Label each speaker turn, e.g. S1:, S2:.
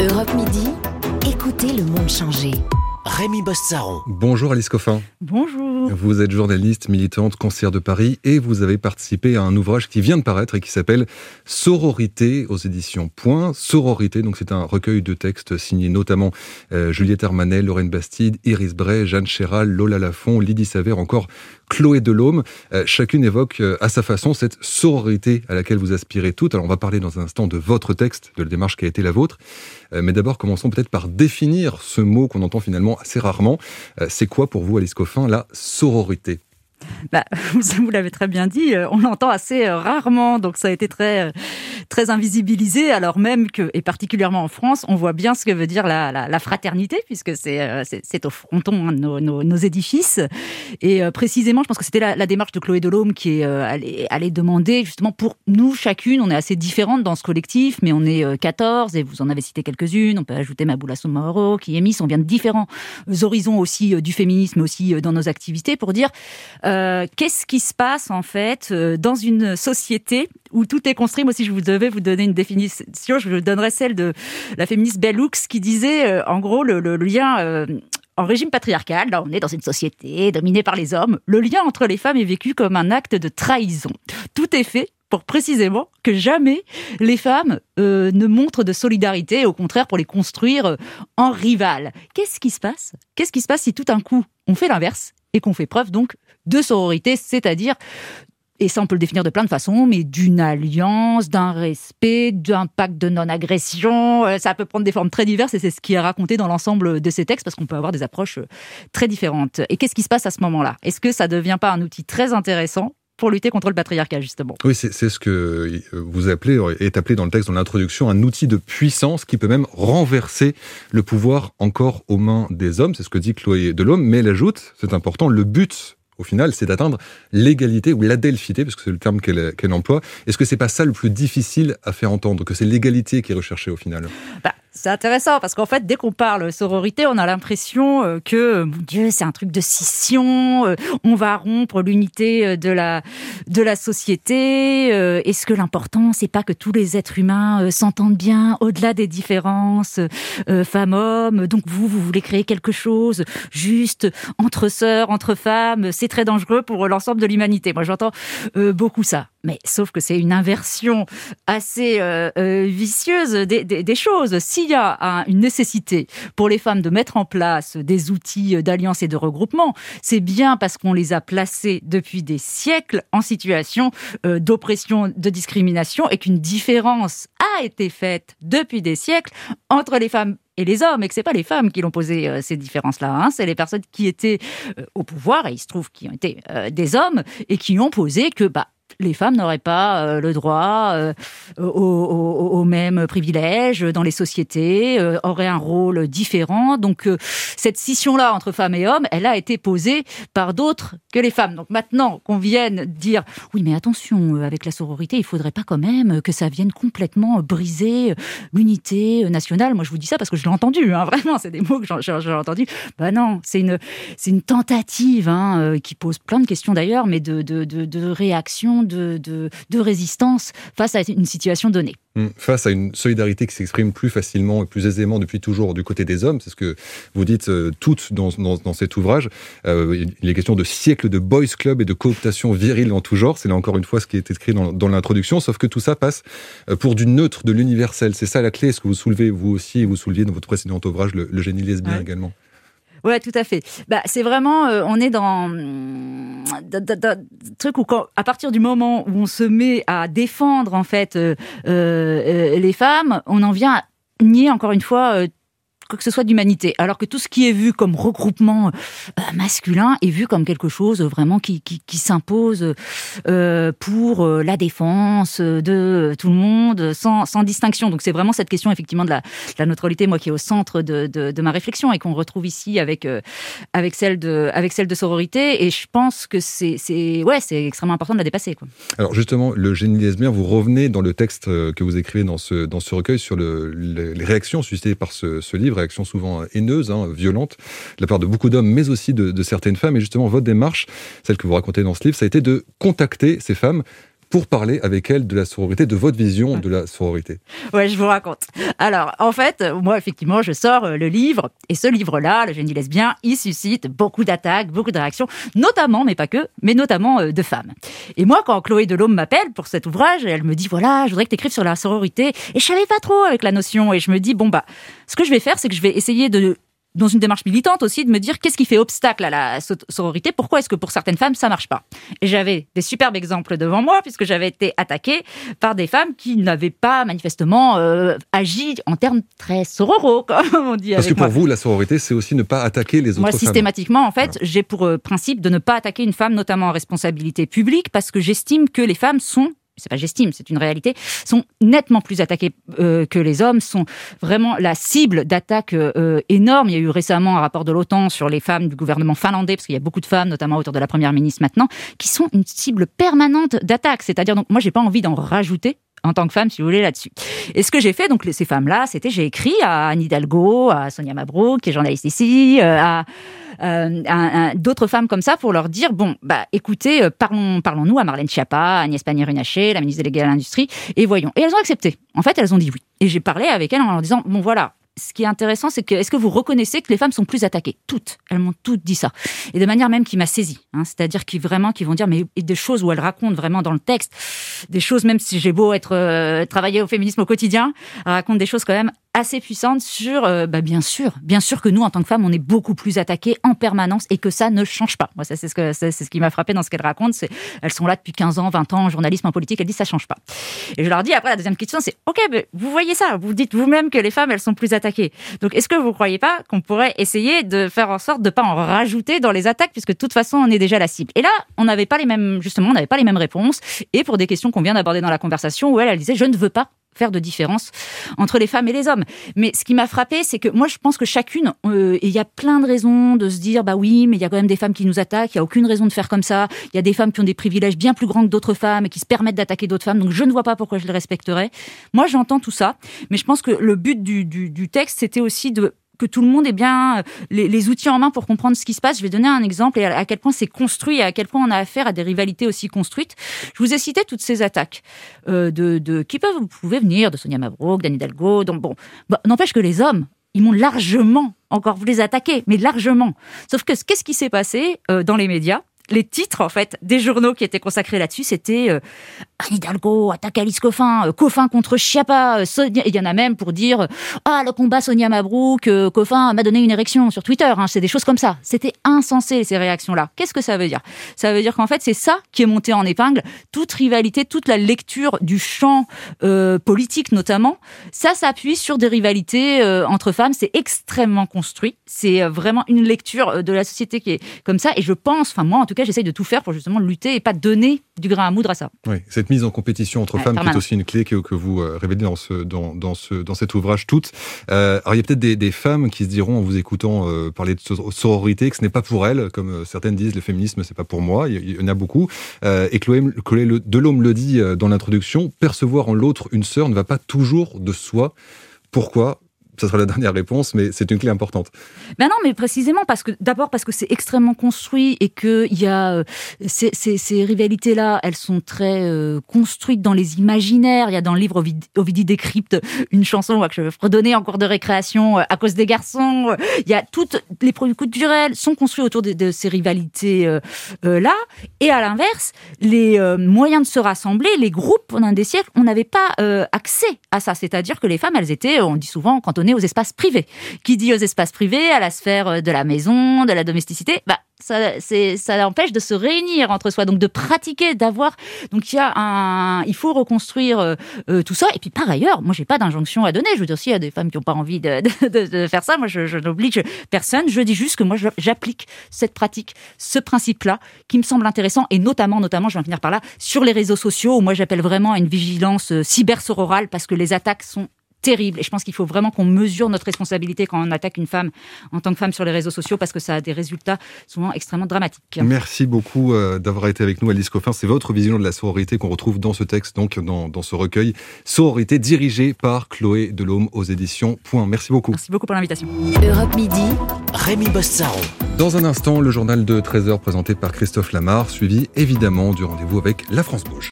S1: Europe Midi, écoutez le monde changer.
S2: Rémi Bossaron.
S3: Bonjour Alice Coffin.
S4: Bonjour.
S3: Vous êtes journaliste, militante, conseillère de Paris et vous avez participé à un ouvrage qui vient de paraître et qui s'appelle Sororité aux éditions Point. Sororité, donc c'est un recueil de textes signés notamment Juliette Armanet, Lorraine Bastide, Iris Bray, Jeanne Chéral, Lola Lafont, Lydie Savert, encore Chloé Delhomme. Chacune évoque à sa façon cette sororité à laquelle vous aspirez toutes. Alors on va parler dans un instant de votre texte, de la démarche qui a été la vôtre. Mais d'abord, commençons peut-être par définir ce mot qu'on entend finalement assez rarement. C'est quoi pour vous, Alice Coffin, la sororité ?
S4: Vous l'avez très bien dit, on l'entend assez rarement, donc ça a été très invisibilisé, alors même que, et particulièrement en France, on voit bien ce que veut dire la fraternité, puisque c'est au fronton de nos édifices. Et précisément, je pense que c'était la démarche de Chloé Delhomme qui allait demander, justement, pour nous, chacune, on est assez différentes dans ce collectif, mais on est 14, et vous en avez cité quelques-unes, on peut ajouter Maboula Soumaoro, qui est Miss, on vient de différents horizons aussi du féminisme, aussi dans nos activités, pour dire... qu'est-ce qui se passe en fait dans une société où tout est construit? Moi, si je devais vous donner une définition, je vous donnerais celle de la féministe Bell Hooks qui disait en gros le lien en régime patriarcal. Là, on est dans une société dominée par les hommes. Le lien entre les femmes est vécu comme un acte de trahison. Tout est fait pour précisément que jamais les femmes ne montrent de solidarité, au contraire pour les construire en rivales. Qu'est-ce qui se passe si tout d'un coup on fait l'inverse et qu'on fait preuve donc de sororité, c'est-à-dire, et ça on peut le définir de plein de façons, mais d'une alliance, d'un respect, d'un pacte de non-agression, ça peut prendre des formes très diverses et c'est ce qui est raconté dans l'ensemble de ces textes parce qu'on peut avoir des approches très différentes. Et qu'est-ce qui se passe à ce moment-là ? Est-ce que ça ne devient pas un outil très intéressant pour lutter contre le patriarcat, justement? Oui,
S3: c'est ce que vous appelez, est appelé dans le texte, dans l'introduction, un outil de puissance qui peut même renverser le pouvoir encore aux mains des hommes. C'est ce que dit Chloé Delhomme, mais elle ajoute, c'est important, le but, au final, c'est d'atteindre l'égalité ou l'adelphité, parce que c'est le terme qu'elle emploie. Est-ce que c'est pas ça le plus difficile à faire entendre, que c'est l'égalité qui est recherchée au final ?
S4: C'est intéressant parce qu'en fait, dès qu'on parle sororité, on a l'impression que, mon Dieu, c'est un truc de scission, on va rompre l'unité de la société. Est-ce que l'important, c'est pas que tous les êtres humains s'entendent bien au-delà des différences femmes-hommes? Donc vous voulez créer quelque chose juste entre sœurs, entre femmes, c'est très dangereux pour l'ensemble de l'humanité. Moi, j'entends beaucoup ça. Mais sauf que c'est une inversion assez vicieuse des choses. S'il y a une nécessité pour les femmes de mettre en place des outils d'alliance et de regroupement, c'est bien parce qu'on les a placées depuis des siècles en situation d'oppression, de discrimination et qu'une différence a été faite depuis des siècles entre les femmes et les hommes, et que c'est pas les femmes qui l'ont posé ces différences-là, c'est les personnes qui étaient au pouvoir, et il se trouve qu'ils ont été des hommes, et qui ont posé que les femmes n'auraient pas le droit aux mêmes privilèges dans les sociétés, auraient un rôle différent. Donc cette scission-là entre femmes et hommes, elle a été posée par d'autres que les femmes. Donc maintenant qu'on vienne dire « Oui, mais attention, avec la sororité, il ne faudrait pas quand même que ça vienne complètement briser l'unité nationale. » Moi, je vous dis ça parce que je l'ai entendu, vraiment, c'est des mots que j'ai entendus. Non, c'est une tentative qui pose plein de questions d'ailleurs, mais de réaction, de résistance face à une situation donnée.
S3: Face à une solidarité qui s'exprime plus facilement et plus aisément depuis toujours du côté des hommes, c'est ce que vous dites toutes dans cet ouvrage. Il est question de siècles de boys club et de cooptation virile en tout genre. C'est là encore une fois ce qui est écrit dans l'introduction, sauf que tout ça passe pour du neutre, de l'universel. C'est ça la clé, ce que vous soulevez vous aussi, et vous souleviez dans votre précédent ouvrage, le génie lesbien également.
S4: Ouais, tout à fait. C'est vraiment, on est dans truc où à partir du moment où on se met à défendre en fait les femmes, on en vient à nier encore une fois quoi que ce soit d'humanité. Alors que tout ce qui est vu comme regroupement masculin est vu comme quelque chose vraiment qui s'impose pour la défense de tout le monde, sans distinction. Donc c'est vraiment cette question effectivement de la neutralité, moi, qui est au centre de ma réflexion et qu'on retrouve ici avec celle de sororité. Et je pense que c'est extrêmement important de la dépasser, quoi.
S3: Alors justement, le génie lesbien, vous revenez dans le texte que vous écrivez dans ce recueil sur les réactions suscitées par ce livre, réactions souvent haineuses, violentes, de la part de beaucoup d'hommes, mais aussi de certaines femmes. Et justement, votre démarche, celle que vous racontez dans ce livre, ça a été de contacter ces femmes pour parler avec elle de la sororité, de votre vision de la sororité.
S4: Ouais, je vous raconte. Alors, en fait, moi, effectivement, je sors le livre, et ce livre-là, Le génie lesbien, il suscite beaucoup d'attaques, beaucoup de réactions, notamment, mais pas que, mais notamment de femmes. Et moi, quand Chloé Delhomme m'appelle pour cet ouvrage, elle me dit, voilà, je voudrais que tu écrives sur la sororité, et je savais pas trop avec la notion, et je me dis, bon, bah, ce que je vais faire, c'est que je vais essayer dans une démarche militante aussi, de me dire qu'est-ce qui fait obstacle à la sororité, pourquoi est-ce que pour certaines femmes ça marche pas. Et j'avais des superbes exemples devant moi, puisque j'avais été attaquée par des femmes qui n'avaient pas manifestement agi en termes très sororaux, comme on dit.
S3: Parce que pour vous, la sororité, c'est aussi ne pas attaquer les autres femmes.
S4: Moi, systématiquement, en fait, j'ai pour principe de ne pas attaquer une femme, notamment en responsabilité publique, parce que j'estime que les femmes c'est pas j'estime, c'est une réalité, sont nettement plus attaqués que les hommes, sont vraiment la cible d'attaques énormes. Il y a eu récemment un rapport de l'OTAN sur les femmes du gouvernement finlandais, parce qu'il y a beaucoup de femmes, notamment autour de la première ministre maintenant, qui sont une cible permanente d'attaques. C'est-à-dire, donc, moi, j'ai pas envie d'en rajouter en tant que femme, si vous voulez, là-dessus. Et ce que j'ai fait, donc, ces femmes-là, j'ai écrit à Anne Hidalgo, à Sonia Mabrouk, qui est journaliste ici, à d'autres femmes comme ça, pour leur dire, bon, bah, écoutez, parlons-nous à Marlène Schiappa, à Agnès Pannier-Runacher, la ministre déléguée à l'Industrie, et voyons. Et elles ont accepté. En fait, elles ont dit oui. Et j'ai parlé avec elles en leur disant, bon, voilà, ce qui est intéressant, c'est que, est-ce que vous reconnaissez que les femmes sont plus attaquées? Toutes. Elles m'ont toutes dit ça. Et de manière même qui m'a saisie. C'est-à-dire qu'ils vont dire, mais des choses où elles racontent vraiment dans le texte, des choses, même si j'ai beau travailler au féminisme au quotidien, elles racontent des choses quand même assez puissante sur, bien sûr que nous, en tant que femmes, on est beaucoup plus attaquées en permanence et que ça ne change pas. Moi, c'est ce qui m'a frappé dans ce qu'elles racontent. Elles sont là depuis 15 ans, 20 ans en journalisme, en politique. Elles disent ça change pas. Et je leur dis, après, la deuxième question, c'est, OK, mais vous voyez ça. Vous dites vous-même que les femmes, elles sont plus attaquées. Donc, est-ce que vous croyez pas qu'on pourrait essayer de faire en sorte de pas en rajouter dans les attaques, puisque de toute façon, on est déjà la cible. Et là, on n'avait pas les mêmes réponses. Et pour des questions qu'on vient d'aborder dans la conversation, où elle disait, je ne veux pas faire de différence entre les femmes et les hommes. Mais ce qui m'a frappée, c'est que moi, je pense que chacune, il y a plein de raisons de se dire, bah oui, mais il y a quand même des femmes qui nous attaquent, il n'y a aucune raison de faire comme ça, il y a des femmes qui ont des privilèges bien plus grands que d'autres femmes et qui se permettent d'attaquer d'autres femmes, donc je ne vois pas pourquoi je les respecterais. Moi, j'entends tout ça, mais je pense que le but du texte, c'était aussi que tout le monde ait bien les outils en main pour comprendre ce qui se passe. Je vais donner un exemple et à quel point c'est construit et à quel point on a affaire à des rivalités aussi construites. Je vous ai cité toutes ces attaques qui pouvaient venir de Sonia Mabrouk, d'Anne Hidalgo. Donc bon, n'empêche que les hommes, ils m'ont largement encore voulu les attaquer, mais largement. Sauf que qu'est-ce qui s'est passé dans les médias? Les titres, en fait, des journaux qui étaient consacrés là-dessus, c'était Anne Hidalgo attaque Alice Coffin, Coffin contre Schiappa, Sonia. Il y en a même pour dire le combat Sonia Mabrouk, Coffin m'a donné une érection sur Twitter. C'est des choses comme ça. C'était insensé, ces réactions-là. Qu'est-ce que ça veut dire? Ça veut dire qu'en fait, c'est ça qui est monté en épingle. Toute rivalité, toute la lecture du champ politique, notamment, ça s'appuie sur des rivalités entre femmes. C'est extrêmement construit. C'est vraiment une lecture de la société qui est comme ça. Et je pense, moi, en tout cas, j'essaye de tout faire pour justement lutter et pas donner du grain à moudre à ça.
S3: Oui, cette mise en compétition entre femmes qui est aussi une clé que vous révélez dans cet ouvrage toutes. Alors il y a peut-être des femmes qui se diront en vous écoutant parler de sororité que ce n'est pas pour elles, comme certaines disent, le féminisme c'est pas pour moi. Il y en a beaucoup. Et Chloé Delhomme le dit dans l'introduction, percevoir en l'autre une sœur ne va pas toujours de soi. Pourquoi ? Ça sera la dernière réponse, mais c'est une clé importante.
S4: Ben non, mais précisément parce que c'est extrêmement construit et que il y a ces rivalités-là, elles sont très construites dans les imaginaires. Il y a dans le livre Ovidie décrypte une chanson que je vais redonner en cours de récréation à cause des garçons. Il y a toutes les produits culturels sont construits autour de ces rivalités là. Et à l'inverse, les moyens de se rassembler, les groupes pendant des siècles, on n'avait pas accès à ça. C'est-à-dire que les femmes, elles étaient, on dit souvent, cantonnées aux espaces privés. Qui dit aux espaces privés, à la sphère de la maison, de la domesticité, ça empêche de se réunir entre soi, donc de pratiquer, d'avoir. Donc il faut reconstruire tout ça. Et puis par ailleurs, moi j'ai pas d'injonction à donner. Je veux dire, s'il y a des femmes qui n'ont pas envie de faire ça, moi je n'oblige personne. Je dis juste que moi j'applique cette pratique, ce principe-là, qui me semble intéressant, et notamment, je vais en finir par là, sur les réseaux sociaux, où moi j'appelle vraiment à une vigilance cybersororale, parce que les attaques sont terrible. Et je pense qu'il faut vraiment qu'on mesure notre responsabilité quand on attaque une femme en tant que femme sur les réseaux sociaux, parce que ça a des résultats souvent extrêmement dramatiques.
S3: Merci beaucoup d'avoir été avec nous, Alice Coffin. C'est votre vision de la sororité qu'on retrouve dans ce texte, donc dans ce recueil Sororité, dirigé par Chloé Delhomme aux éditions Point. Merci beaucoup.
S4: Merci beaucoup pour l'invitation.
S1: Europe Midi,
S2: Rémi Bossaron.
S3: Dans un instant, le journal de 13h présenté par Christophe Lamar, suivi évidemment du rendez-vous avec La France Bouge.